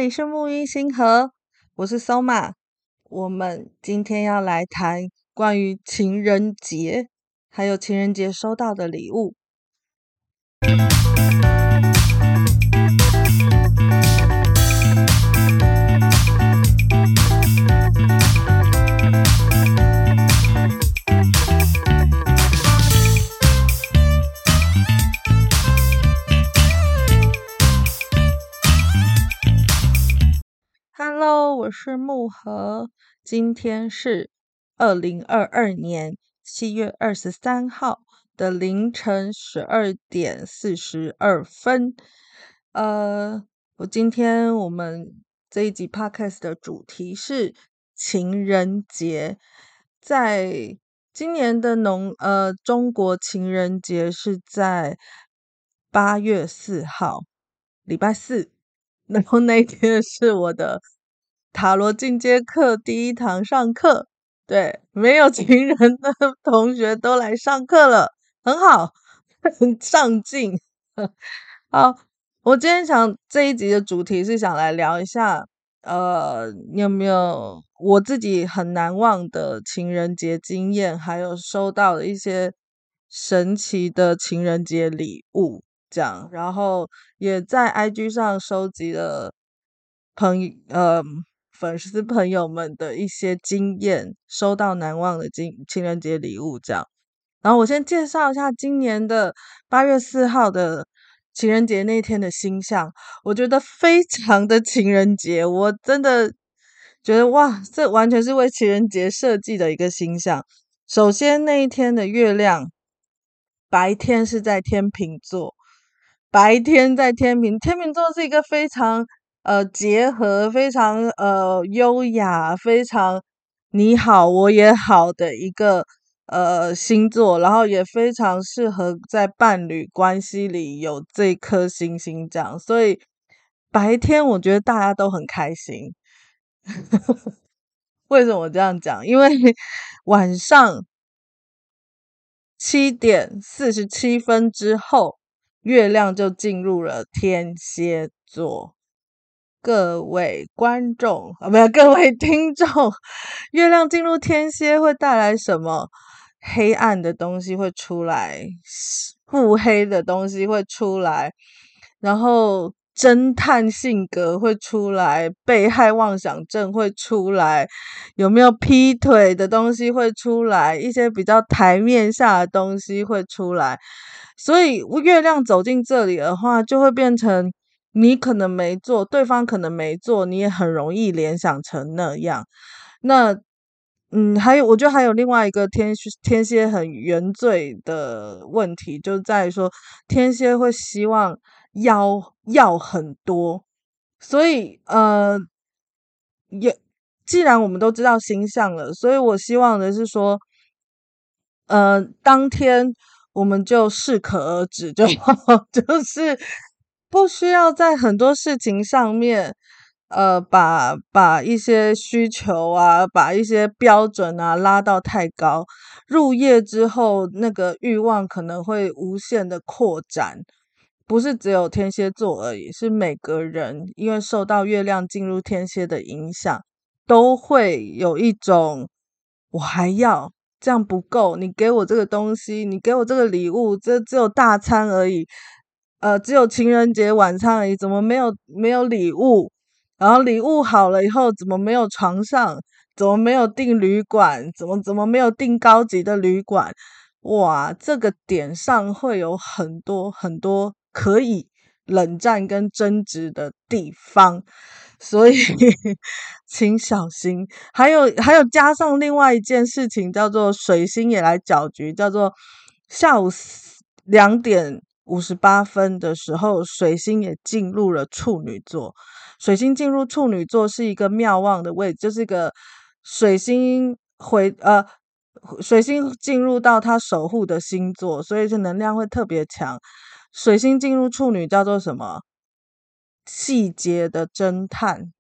里是木鱼星河，我是 Soma。我们今天要来谈关于情人节，还有情人节收到的礼物。Hello，我是木盒，今天是2022年7月23号的凌晨12:42。我们这一集 podcast 的主题是情人节，在今年的中国情人节是在8月4号，礼拜四。然后那一天是我的塔罗进阶课第一堂上课，对，没有情人的同学都来上课了，很好，很上进。好，我今天这一集的主题是想来聊一下，你有没有我自己很难忘的情人节经验，还有收到的一些神奇的情人节礼物。这样，然后也在 IG 上收集了粉丝朋友们的一些经验，收到难忘的情人节礼物这样。然后我先介绍一下今年的8月4号的情人节那天的星象，我觉得非常的情人节，我真的觉得哇，这完全是为情人节设计的一个星象。首先那一天的月亮白天是在天秤座，白天在天秤座是一个非常结合非常优雅非常你好我也好的一个星座，然后也非常适合在伴侣关系里有这颗星星这样，所以白天我觉得大家都很开心。为什么我这样讲？因为晚上7:47之后，月亮就进入了天蝎座。各位观众不是各位听众，月亮进入天蝎会带来什么？黑暗的东西会出来，腹黑的东西会出来，然后侦探性格会出来，被害妄想症会出来，有没有劈腿的东西会出来，一些比较台面下的东西会出来。所以月亮走进这里的话，就会变成你可能没做，对方可能没做，你也很容易联想成那样。那还有我觉得还有另外一个天蝎很原罪的问题，就在于说天蝎会希望要很多，所以既然我们都知道星象了，所以我希望的是说当天我们就适可而止就好，就是不需要在很多事情上面把一些需求啊，把一些标准啊拉到太高，入夜之后那个欲望可能会无限的扩展，不是只有天蝎座而已，是每个人因为受到月亮进入天蝎的影响，都会有一种我还要，这样不够，你给我这个东西，你给我这个礼物，这只有大餐而已，只有情人节晚餐而已，怎么没有礼物？然后礼物好了以后，怎么没有床上？怎么没有订旅馆？怎么没有订高级的旅馆？哇，这个点上会有很多很多可以冷战跟争执的地方，所以请小心。还有加上另外一件事情，叫做水星也来搅局，叫做下午2:58的时候，水星也进入了处女座。水星进入处女座是一个妙望的位置，就是一个水星水星进入到他守护的星座，所以这能量会特别强。水星进入处女叫做什么？细节的侦探。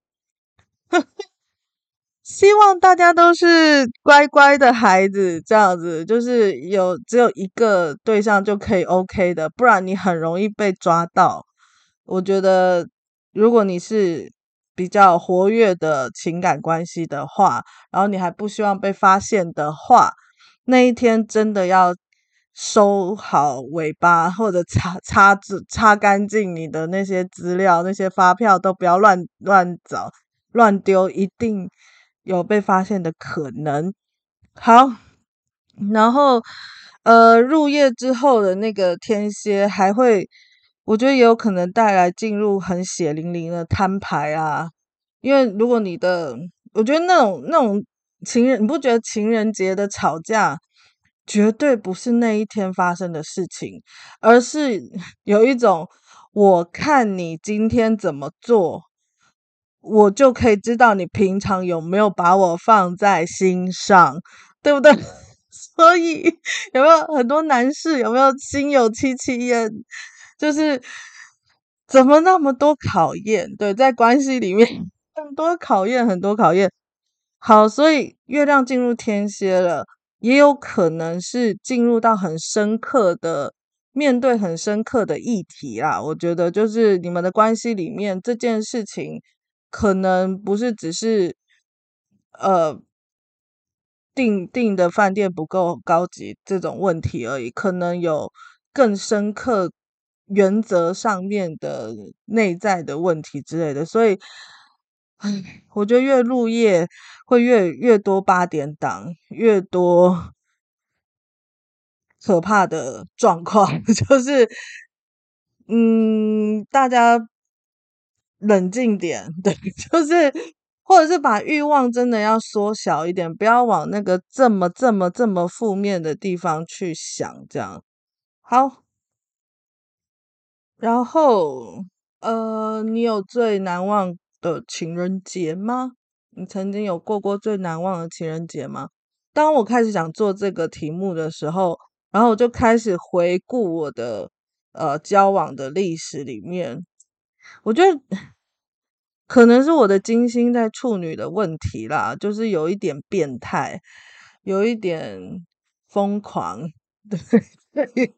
希望大家都是乖乖的孩子，这样子就是只有一个对象就可以 OK 的，不然你很容易被抓到。我觉得如果你是比较活跃的情感关系的话，然后你还不希望被发现的话，那一天真的要收好尾巴，或者擦干净你的那些资料，那些发票都不要乱找乱丢，一定有被发现的可能。好，然后入夜之后的那个天蝎还会，我觉得也有可能带来进入很血淋淋的摊牌啊。因为如果我觉得那种情人，你不觉得情人节的吵架绝对不是那一天发生的事情，而是有一种我看你今天怎么做，我就可以知道你平常有没有把我放在心上，对不对？所以有没有很多男士有没有心有戚戚焉？就是怎么那么多考验？对，在关系里面很多考验，很多考验。好，所以月亮进入天蝎了，也有可能是进入到很深刻的面对很深刻的议题啦。我觉得就是你们的关系里面这件事情，可能不是只是呃订的饭店不够高级这种问题而已，可能有更深刻原则上面的内在的问题之类的。所以，唉，我觉得越入夜会越多八点档，越多可怕的状况，就是大家冷静点，对，就是或者是把欲望真的要缩小一点，不要往那个这么负面的地方去想，这样。好，然后你有最难忘的情人节吗？你曾经有过最难忘的情人节吗？当我开始想做这个题目的时候，然后我就开始回顾我的交往的历史里面，我觉得可能是我的金星在处女的问题啦，就是有一点变态，有一点疯狂，对，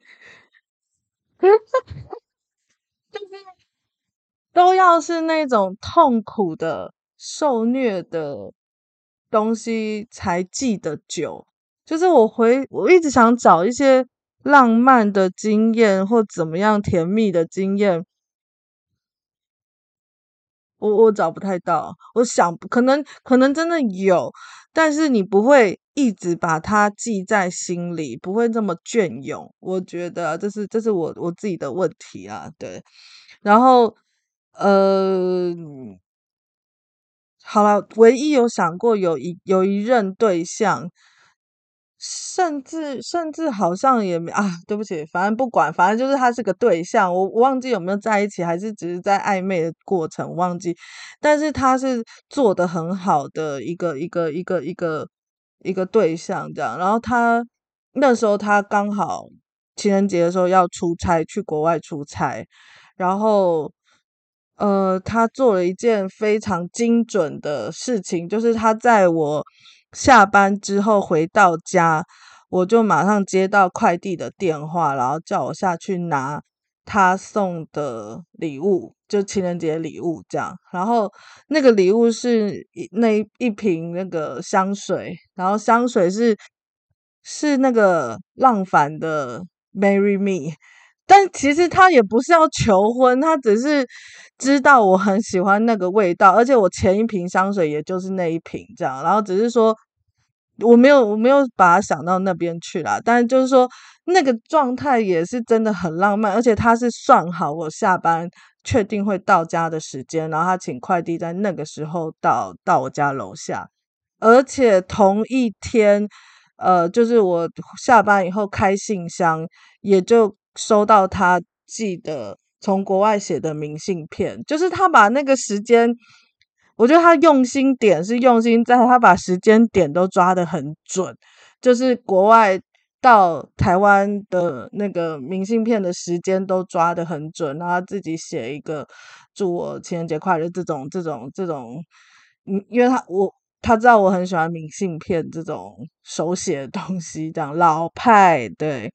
都要是那种痛苦的、受虐的东西才记得久。就是我一直想找一些浪漫的经验或怎么样甜蜜的经验，我找不太到。我想可能真的有，但是你不会一直把它记在心里，不会这么隽永。我觉得啊这是我自己的问题啊，对。然后呃，好了，唯一有想过有一任对象，甚至好像也没啊，对不起，反正不管，反正就是他是个对象，我忘记有没有在一起，还是只是在暧昧的过程，忘记。但是他是做的很好的一个对象，这样。然后那时候他刚好情人节的时候要出差，去国外出差，然后他做了一件非常精准的事情，就是他在我下班之后回到家，我就马上接到快递的电话，然后叫我下去拿他送的礼物，就情人节礼物这样。然后那个礼物是一瓶那个香水，然后香水是那个浪凡的《Marry Me》。但其实他也不是要求婚，他只是知道我很喜欢那个味道，而且我前一瓶香水也就是那一瓶这样，然后只是说我没有把它想到那边去啦，但是就是说那个状态也是真的很浪漫，而且他是算好我下班确定会到家的时间，然后他请快递在那个时候到我家楼下，而且同一天，就是我下班以后开信箱，也就收到他寄的从国外写的明信片，就是他把那个时间，我觉得他用心点是用心在他把时间点都抓得很准，就是国外到台湾的那个明信片的时间都抓得很准，然后他自己写一个祝我情人节快乐这种，因为他知道我很喜欢明信片这种手写的东西，这样老派，对。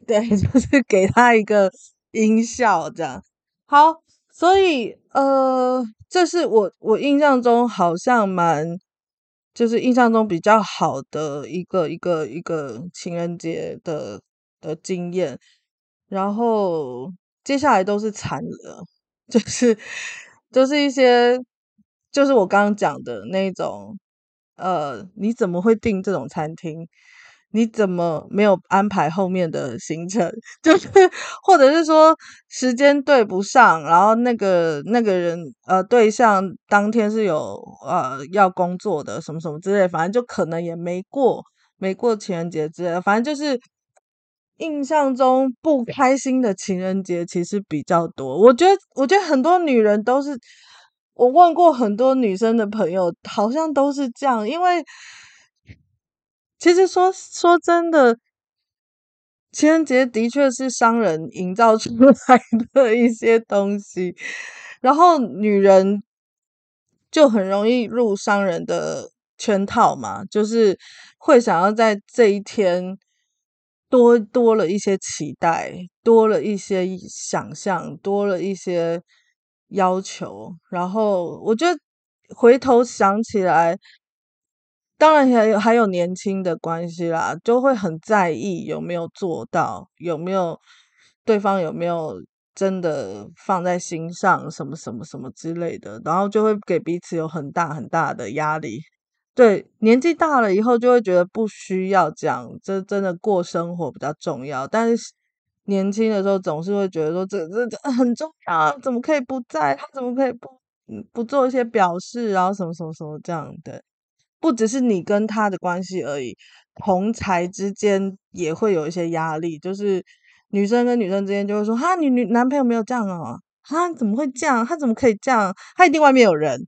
对，就是给他一个音效这样。好，所以这是我印象中好像就是印象中比较好的一个情人节的经验。然后接下来都是惨了，就是就是一些就是我刚刚讲的那种，你怎么会订这种餐厅？你怎么没有安排后面的行程？就是或者是说时间对不上，然后那个人对象当天是有要工作的什么什么之类，反正就可能也没过情人节之类的，反正就是印象中不开心的情人节其实比较多。我觉得很多女人都是，我问过很多女生的朋友，好像都是这样，因为其实说真的，情人节的确是商人营造出来的一些东西，然后女人就很容易入商人的圈套嘛，就是会想要在这一天多了一些期待，多了一些想象，多了一些要求，然后我觉得回头想起来。当然还有年轻的关系啦，就会很在意有没有做到，对方有没有真的放在心上，什么什么什么之类的，然后就会给彼此有很大很大的压力。对，年纪大了以后就会觉得不需要这样，这真的过生活比较重要。但是年轻的时候总是会觉得说这很重要啊，怎么可以不在？他怎么可以不做一些表示，然后什么什么什么这样的。不只是你跟他的关系而已，同才之间也会有一些压力，就是女生跟女生之间就会说，哈，你男朋友没有这样哦，哈，怎么会这样？他怎么可以这样？他一定外面有人，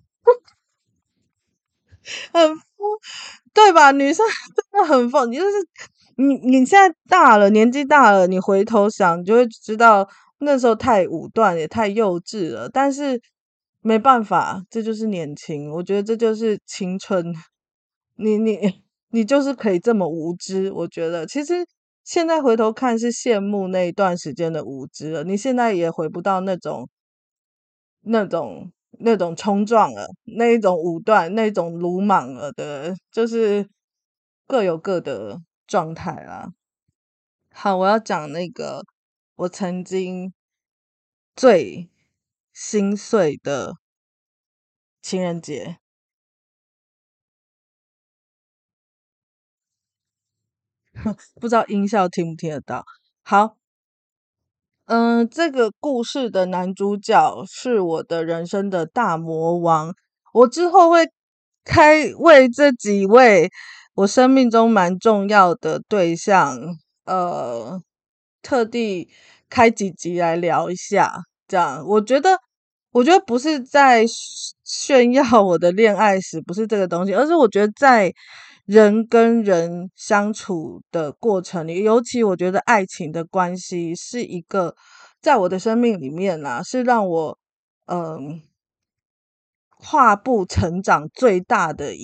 很对吧？女生真的很疯，你就是你现在大了，年纪大了，你回头想，你就会知道那时候太武断，也太幼稚了。但是没办法，这就是年轻，我觉得这就是青春。你就是可以这么无知，我觉得其实现在回头看是羡慕那一段时间的无知了。你现在也回不到那种冲撞了，那一种武断，那种鲁莽了的，就是各有各的状态啦。好，我要讲那个我曾经最心碎的情人节，不知道音效听不听得到。好，这个故事的男主角是我的人生的大魔王。我之后会为这几位我生命中蛮重要的对象，呃，特地开几集来聊一下。这样，我觉得不是在炫耀我的恋爱史，不是这个东西，而是我觉得在人跟人相处的过程里，尤其我觉得爱情的关系是一个在我的生命里面啊，是让我嗯、跨步成长最大的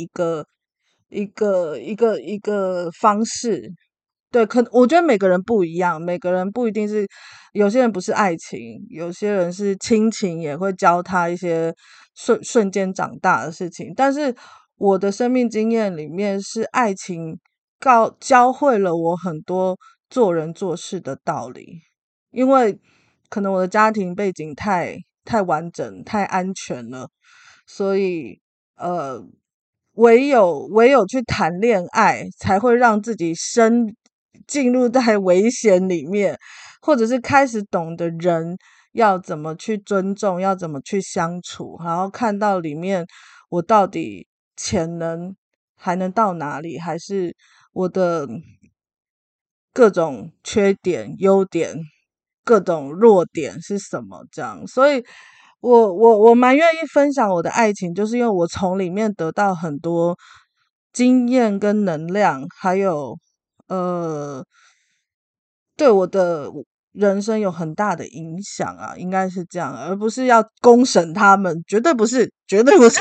一个方式。对，我觉得每个人不一样，每个人不一定是，有些人不是爱情，有些人是亲情，也会教他一些瞬间长大的事情。但是我的生命经验里面是爱情教会了我很多做人做事的道理，因为可能我的家庭背景太完整、太安全了，所以呃，唯有去谈恋爱，才会让自己进入在危险里面，或者是开始懂得人要怎么去尊重，要怎么去相处，然后看到里面我到底潜能还能到哪里，还是我的各种缺点、优点、各种弱点是什么？这样，所以我蛮愿意分享我的爱情，就是因为我从里面得到很多经验跟能量，还有呃，对我的人生有很大的影响啊，应该是这样，而不是要公审他们，绝对不是，绝对不是。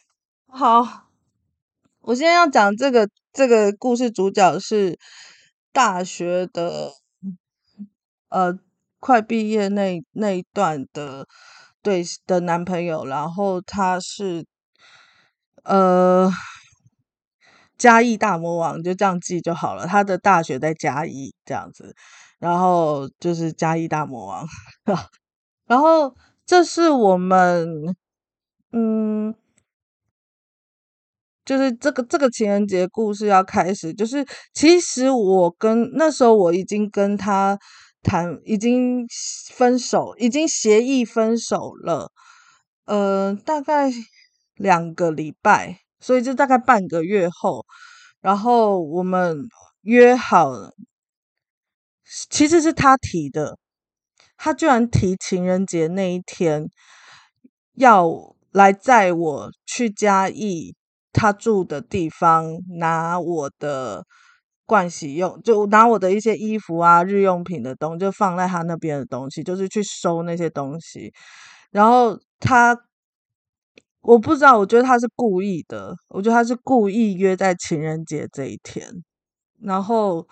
好，我现在要讲这个故事主角是大学的呃快毕业那一段的男朋友，然后他是呃嘉义大魔王，就这样记就好了。他的大学在嘉义这样子，然后就是嘉义大魔王，然后这是我们嗯。就是这个情人节故事要开始，就是其实那时候我已经跟他已经分手，已经协议分手了，大概2个礼拜，所以就大概半个月后，然后我们约好了，其实是他提的，他居然提情人节那一天要来载我去嘉义他住的地方拿我的盥洗用，就拿我的一些衣服啊、日用品的东西，就放在他那边的东西，就是去收那些东西。然后我不知道，我觉得他是故意的，我觉得他是故意约在情人节这一天，然后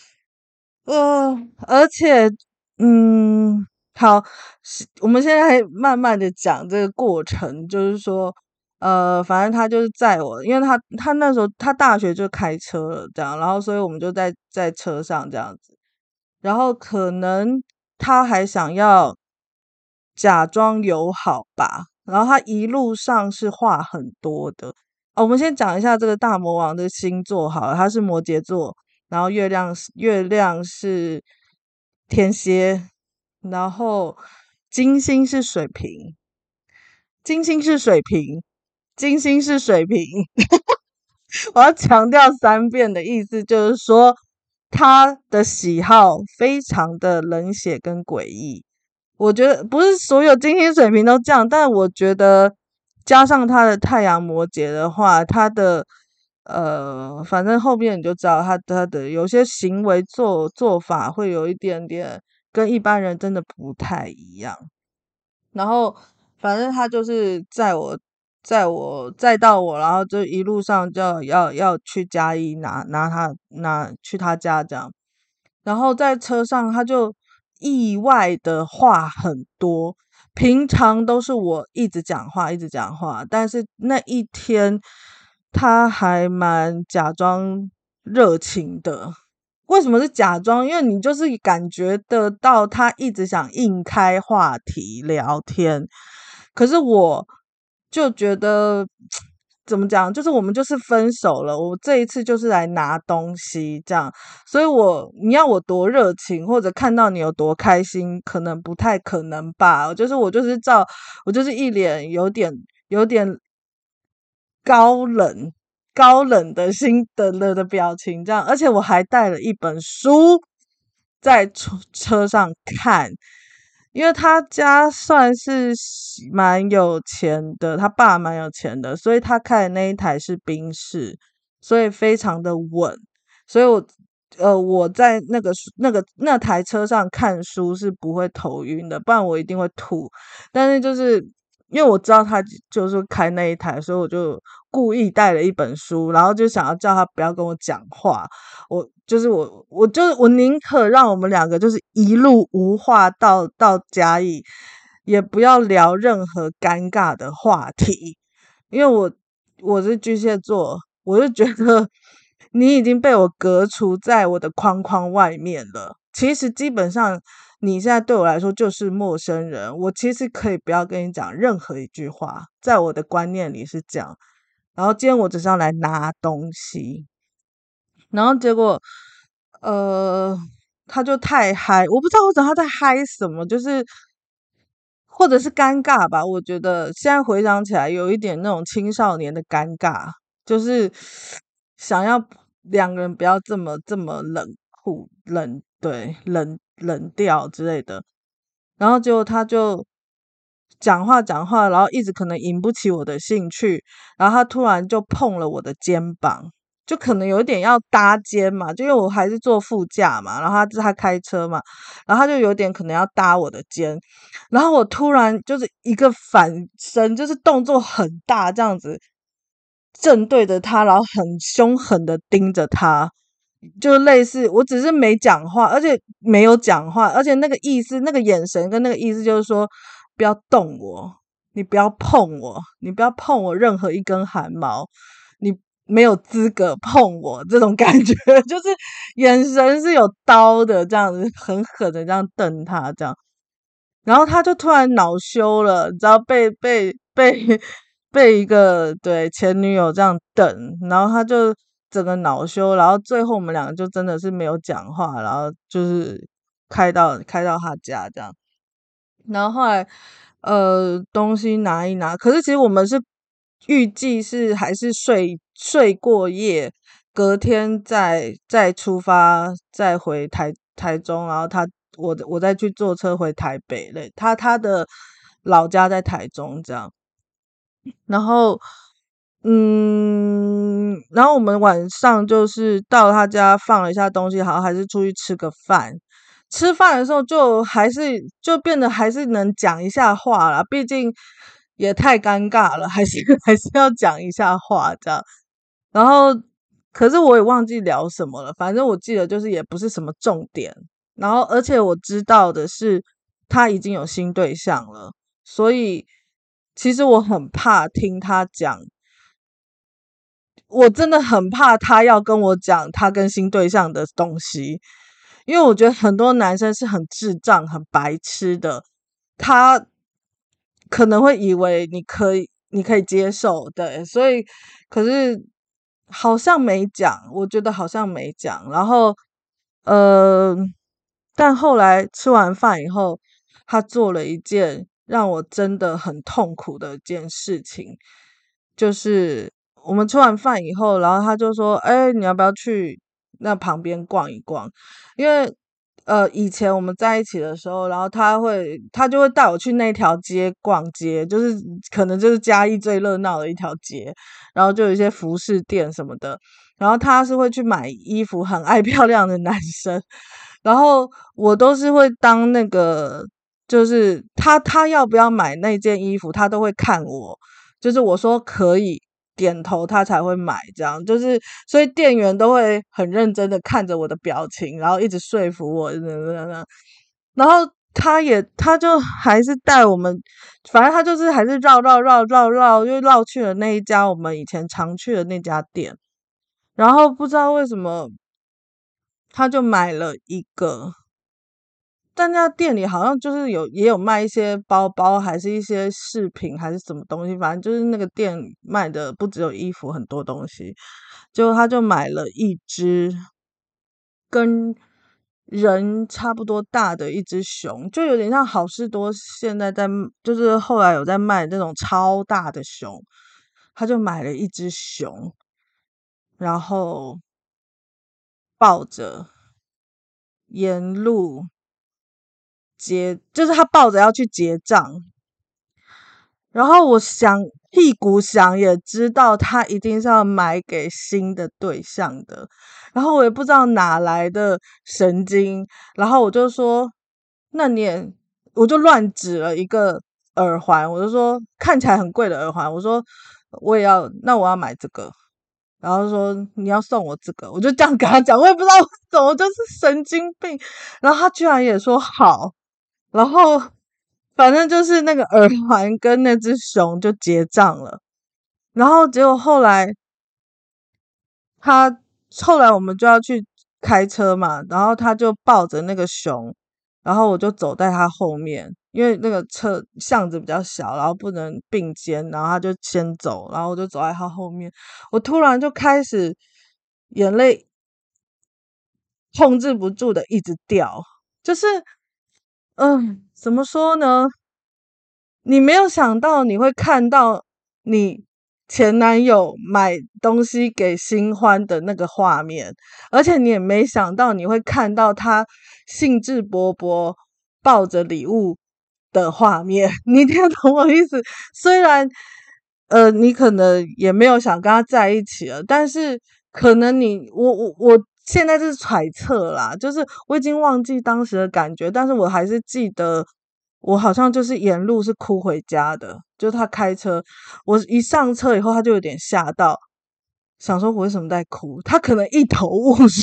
而且，嗯，好，我们现在慢慢的讲这个过程，就是说，反正他就是载我，因为他那时候他大学就开车了，这样，然后所以我们就在车上这样子，然后可能他还想要假装友好吧，然后他一路上是话很多的。我们先讲一下这个大魔王的星座好了，他是摩羯座，然后月亮是天蝎，然后金星是水瓶，金星是水瓶，金星是水瓶。我要强调3遍的意思就是说，他的喜好非常的冷血跟诡异。我觉得不是所有金星水平都这样，但我觉得加上他的太阳摩羯的话，他的反正后面你就知道他的有些行为做法会有一点点跟一般人真的不太一样。然后反正他就是载到我，然后就一路上就要去嘉义去他家这样。然后在车上他就意外的话很多，平常都是我一直讲话一直讲话，但是那一天他还蛮假装热情的。为什么是假装？因为你就是感觉得到他一直想硬开话题聊天，可是我就觉得怎么讲，就是我们就是分手了，我这一次就是来拿东西这样，所以你要我多热情，或者看到你有多开心，可能不太可能吧。我就是一脸有点高冷的的表情，这样，而且我还带了一本书在车上看，因为他家算是蛮有钱的，他爸蛮有钱的，所以他开的那一台是宾士，所以非常的稳，所以我在那台车上看书是不会头晕的，不然我一定会吐。但是就是因为我知道他就是开那一台，所以我就故意带了一本书，然后就想要叫他不要跟我讲话。我宁可让我们两个就是一路无话到嘉义，也不要聊任何尴尬的话题。因为我是巨蟹座，我就觉得你已经被我隔除在我的框框外面了。其实基本上你现在对我来说就是陌生人，我其实可以不要跟你讲任何一句话，在我的观念里是这样。然后今天我只是要来拿东西，然后结果呃他就太嗨，我不知道为什么他在嗨什么，就是或者是尴尬吧。我觉得现在回想起来，有一点那种青少年的尴尬，就是想要两个人不要这么对，冷调之类的。然后结果他就讲话，然后一直可能引不起我的兴趣，然后他突然就碰了我的肩膀，就可能有点要搭肩嘛，就因为我还是坐副驾嘛，然后他开车嘛，然后他就有点可能要搭我的肩，然后我突然就是一个反身，就是动作很大这样子，正对着他，然后很凶狠的盯着他， 就类似我只是没讲话，而且没有讲话，而且那个意思那个眼神跟那个意思就是说不要动我，你不要碰我，你不要碰我任何一根汗毛，你没有资格碰我，这种感觉就是眼神是有刀的，这样子狠狠的这样瞪他这样。然后他就突然恼羞了，你知道被一个对前女友这样等，然后他就整个恼羞，然后最后我们两个就真的是没有讲话，然后就是开到他家这样。然后后来东西拿一拿，可是其实我们是预计是还是睡过夜，隔天再出发，再回台中，然后我再去坐车回台北嘞。他的老家在台中这样。然后然后我们晚上就是到他家放了一下东西，好像还是出去吃个饭。吃饭的时候就变得还是能讲一下话啦，毕竟也太尴尬了，还是要讲一下话这样。然后可是我也忘记聊什么了，反正我记得就是也不是什么重点。然后而且我知道的是他已经有新对象了，所以其实我很怕听他讲，我真的很怕他要跟我讲他跟新对象的东西，因为我觉得很多男生是很智障、很白痴的，他可能会以为你可以接受，对，所以可是好像没讲，我觉得好像没讲。然后呃，但后来吃完饭以后，他做了一件让我真的很痛苦的一件事情，就是我们吃完饭以后，然后他就说：“哎，你要不要去那旁边逛一逛？”因为以前我们在一起的时候，然后他就会带我去那条街逛街，就是可能就是嘉义最热闹的一条街，然后就有一些服饰店什么的。然后他是会去买衣服，很爱漂亮的男生，然后我都是会当那个，就是他要不要买那件衣服，他都会看我，就是我说可以，点头他才会买，这样就是所以店员都会很认真的看着我的表情，然后一直说服我，然后他就还是带我们，反正他就是还是绕，又绕去了那一家我们以前常去的那家店。然后不知道为什么，他就买了一个，但那家店里好像就是也有卖一些包包，还是一些饰品，还是什么东西，反正就是那个店卖的不只有衣服，很多东西。结果他就买了一只跟人差不多大的一只熊，就有点像好事多现在就是后来有在卖那种超大的熊，他就买了一只熊，然后抱着沿路就是他抱着要去结账。然后我屁股想也知道他一定是要买给新的对象的，然后我也不知道哪来的神经，然后我就说，那你也，我就乱指了一个耳环，我就说看起来很贵的耳环，我说那我要买这个，然后说你要送我这个，我就这样跟他讲，我也不知道为什么，我就是神经病，然后他居然也说好。然后反正就是那个耳环跟那只熊就结账了，然后结果他后来我们就要去开车嘛，然后他就抱着那个熊，然后我就走在他后面，因为那个巷子比较小，然后不能并肩，然后他就先走，然后我就走在他后面，我突然就开始眼泪控制不住的一直掉，就是怎么说呢？你没有想到你会看到你前男友买东西给新欢的那个画面，而且你也没想到你会看到他兴致勃勃抱着礼物的画面。你听得懂我意思？虽然你可能也没有想跟他在一起了，但是可能我现在是揣测啦，就是我已经忘记当时的感觉，但是我还是记得。我好像就是沿路是哭回家的，就他开车，我一上车以后他就有点吓到， 想说我为什么在哭，他可能一头雾水。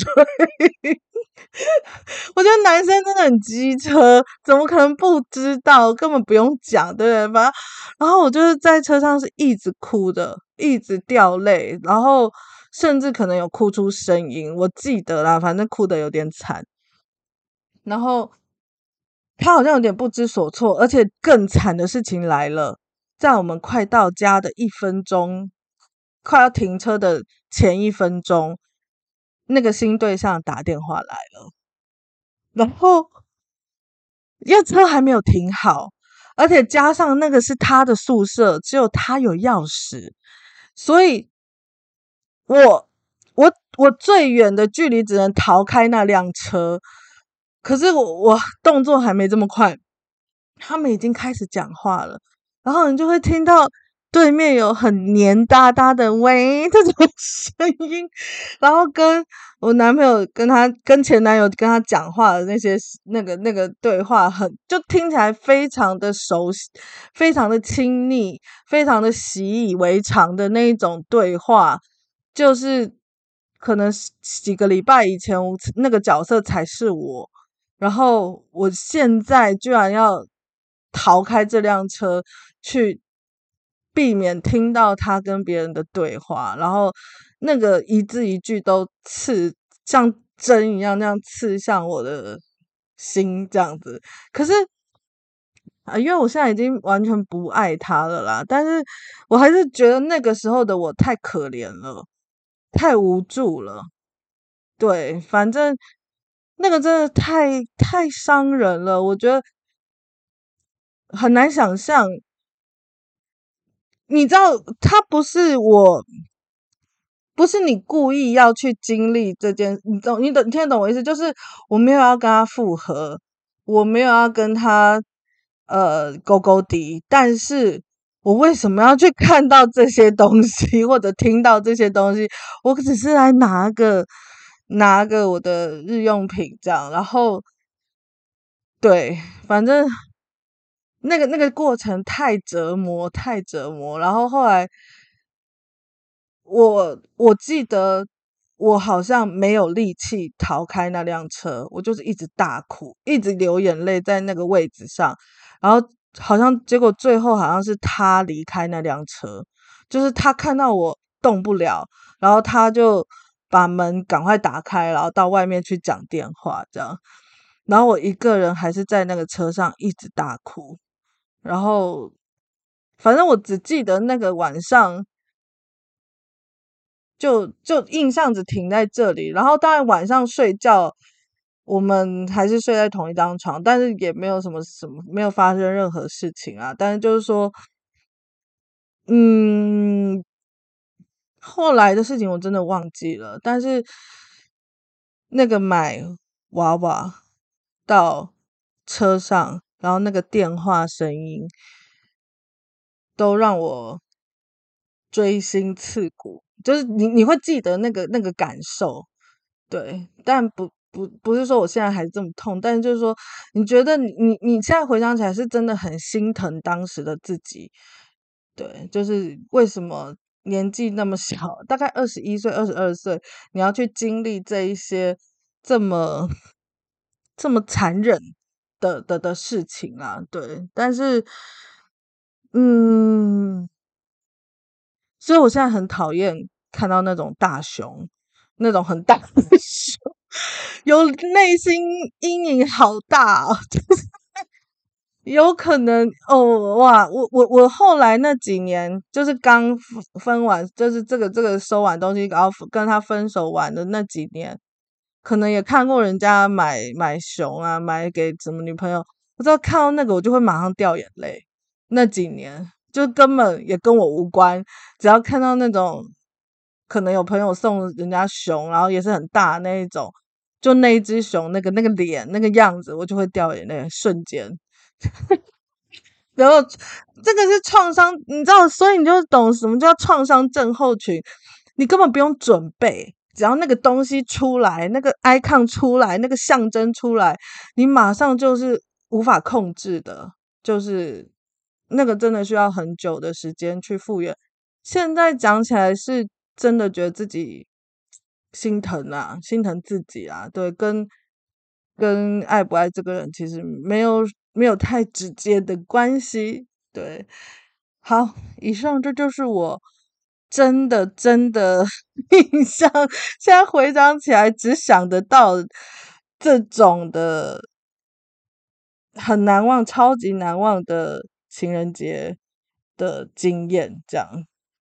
我觉得男生真的很机车，怎么可能不知道？根本不用讲，对不对？反正，然后我就是在车上是一直哭的，一直掉泪，然后甚至可能有哭出声音，我记得啦，反正哭得有点惨。然后他好像有点不知所措，而且更惨的事情来了，在我们快到家的1分钟，快要停车的前1分钟，那个新对象打电话来了，然后因为车还没有停好，而且加上那个是他的宿舍，只有他有钥匙，所以我我最远的距离只能逃开那辆车，可是我动作还没这么快，他们已经开始讲话了，然后你就会听到对面有很黏哒哒的喂这种声音，然后跟我男朋友跟前男友跟他讲话的那些那个对话就听起来非常的熟悉，非常的亲昵，非常的习以为常的那一种对话，就是可能几个礼拜以前那个角色才是我，然后我现在居然要逃开这辆车，去避免听到他跟别人的对话，然后那个一字一句都像针一样那样刺向我的心，这样子。可是因为我现在已经完全不爱他了啦，但是我还是觉得那个时候的我太可怜了，太无助了。对，反正那个真的太伤人了，我觉得很难想象。你知道，他不是你故意要去经历这件，你听得懂我意思？就是我没有要跟他复合，我没有要跟他勾勾底，但是我为什么要去看到这些东西，或者听到这些东西？我只是来拿个我的日用品这样，然后对，反正那个过程太折磨，太折磨。然后后来我记得我好像没有力气逃开那辆车，我就是一直大哭，一直流眼泪在那个位置上，然后好像结果最后好像是他离开那辆车，就是他看到我动不了，然后他就把门赶快打开，然后到外面去讲电话这样，然后我一个人还是在那个车上一直大哭，然后反正我只记得那个晚上。就印象只停在这里，然后当然晚上睡觉，我们还是睡在同一张床，但是也没有什么没有发生任何事情啊。但是就是说，嗯，后来的事情我真的忘记了，但是那个买娃娃到车上，然后那个电话声音，都让我锥心刺骨，就是你会记得那个感受，对，但不是说我现在还这么痛，但是就是说，你觉得你现在回想起来是真的很心疼当时的自己，对，就是为什么年纪那么小，大概21岁、22岁，你要去经历这一些这么这么残忍的事情啊，对，但是嗯。所以我现在很讨厌看到那种大熊，那种很大的熊，有内心阴影好大哦，有可能哦，哇，我后来那几年，就是刚分完，就是这个收完东西，然后跟他分手完的那几年，可能也看过人家买熊啊，买给什么女朋友，我知道看到那个我就会马上掉眼泪。那几年就根本也跟我无关，只要看到那种可能有朋友送人家熊，然后也是很大的那一种，就那一只熊那个脸那个样子，我就会掉眼泪，瞬间。然后这个是创伤，你知道，所以你就懂什么叫创伤症候群。你根本不用准备，只要那个东西出来，那个 icon 出来，那个象征出来，你马上就是无法控制的，就是那个真的需要很久的时间去复原。现在讲起来是真的觉得自己心疼啊，心疼自己啊，对，跟爱不爱这个人其实没有太直接的关系，对。好，以上这就是我真的印象，现在回想起来只想得到这种的很难忘、超级难忘的情人节的经验，这样。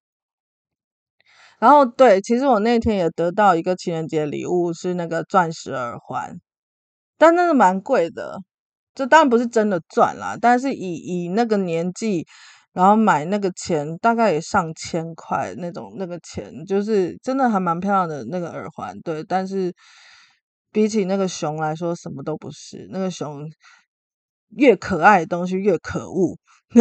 然后对，其实我那天也得到一个情人节礼物，是那个钻石耳环，但那个蛮贵的。这当然不是真的钻啦，但是以那个年纪，然后买那个钱大概也上千块那种，那个钱就是真的还蛮漂亮的那个耳环，对。但是比起那个熊来说，什么都不是。那个熊越可爱的东西越可恶。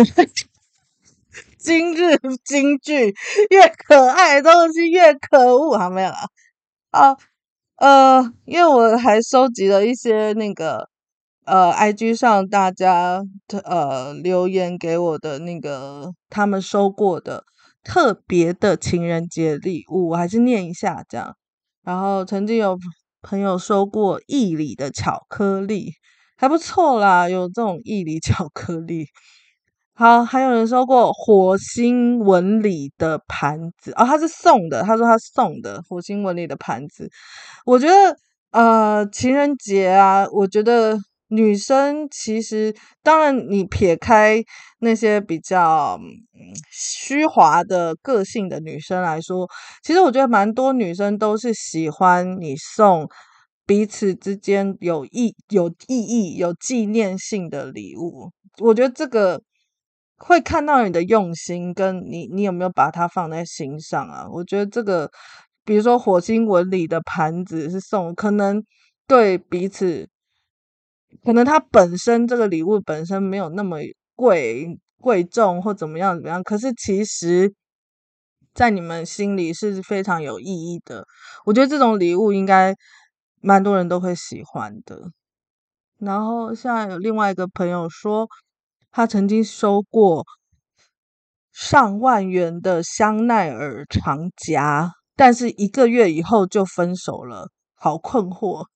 今日金句，越可爱的东西越可恶，好没有啦？啊，因为我还收集了一些那个IG 上大家留言给我的那个他们收过的特别的情人节礼物，我还是念一下这样。然后曾经有朋友收过义理的巧克力，还不错啦，有这种义理巧克力。好，还有人收过火星纹理的盘子哦，他是送的，他说他送的火星纹理的盘子。我觉得情人节啊，我觉得女生其实，当然你撇开那些比较虚华的个性的女生来说，其实我觉得蛮多女生都是喜欢你送彼此之间有意义、有纪念性的礼物。我觉得这个会看到你的用心，跟你有没有把它放在心上啊？我觉得这个，比如说火星纹理的盘子是送，可能对彼此，可能它本身这个礼物本身没有那么贵重或怎么样，可是其实在你们心里是非常有意义的。我觉得这种礼物应该蛮多人都会喜欢的。然后现在有另外一个朋友说，他曾经收过上万元的香奈儿长夹，但是一个月以后就分手了，好困惑。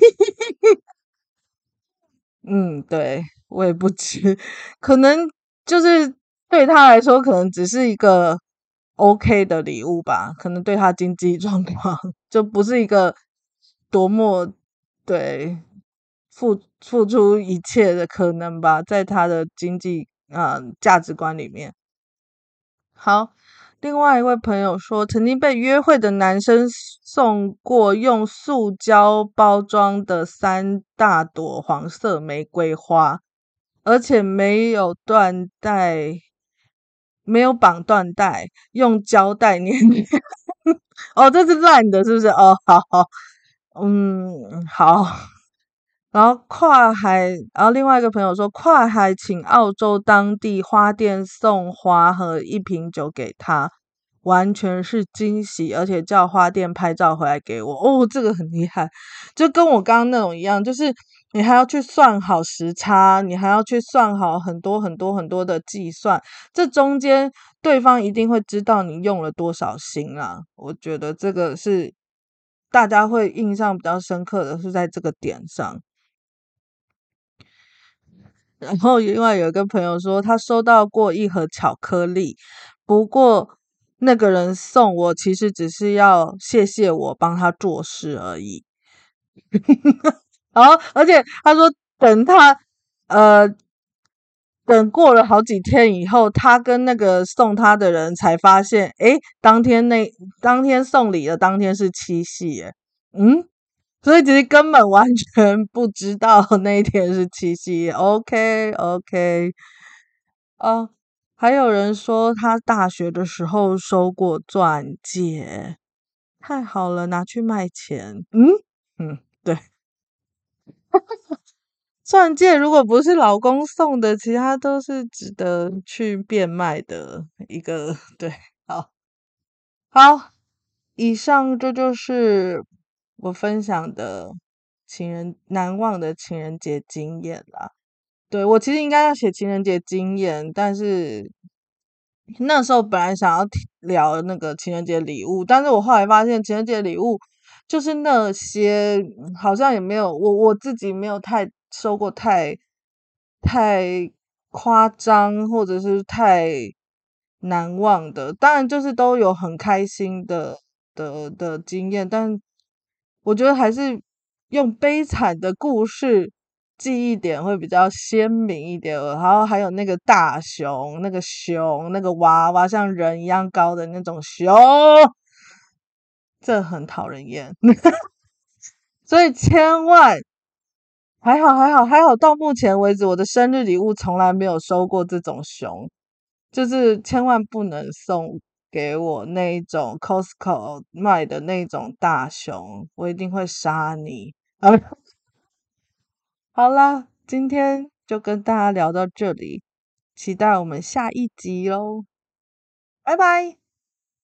嗯，对，我也不知，可能就是对他来说，可能只是一个 OK 的礼物吧，可能对他经济状况就不是一个多么对付出一切的可能吧，在他的经济价值观里面。好，另外一位朋友说，曾经被约会的男生送过用塑胶包装的3大朵黄色玫瑰花，而且没有绑缎带，用胶带粘粘。哦，这是烂的，是不是？哦，好好，好。然后另外一个朋友说，跨海请澳洲当地花店送花和一瓶酒给他，完全是惊喜，而且叫花店拍照回来给我。哦，这个很厉害，就跟我刚刚那种一样，就是你还要去算好时差，你还要去算好很多的计算，这中间对方一定会知道你用了多少心啦。我觉得这个是大家会印象比较深刻的是在这个点上。然后另外有一个朋友说，他收到过一盒巧克力，不过那个人送我其实只是要谢谢我帮他做事而已。然后而且他说，等他呃等过了好几天以后，他跟那个送他的人才发现，诶，当天送礼的当天是七夕耶。嗯，所以其实根本完全不知道那一天是七夕。OK OK，啊，还有人说他大学的时候收过钻戒，太好了，拿去卖钱。对，钻戒如果不是老公送的，其他都是值得去变卖的一个。对，好，好，以上这就是我分享的难忘的情人节经验啦。对，我其实应该要写情人节经验，但是那时候本来想要聊那个情人节礼物，但是我后来发现情人节礼物就是那些好像也没有我自己没有收过太夸张或者是太难忘的，当然就是都有很开心的经验，但我觉得还是用悲惨的故事记忆点会比较鲜明一点，然后还有那个大熊，那个娃娃像人一样高的那种熊，这很讨人厌。所以千万还好，到目前为止我的生日礼物从来没有收过这种熊，就是千万不能送给我那一种 Costco 卖的那种大熊，我一定会杀你。啊，好啦，今天就跟大家聊到这里，期待我们下一集喽，拜拜。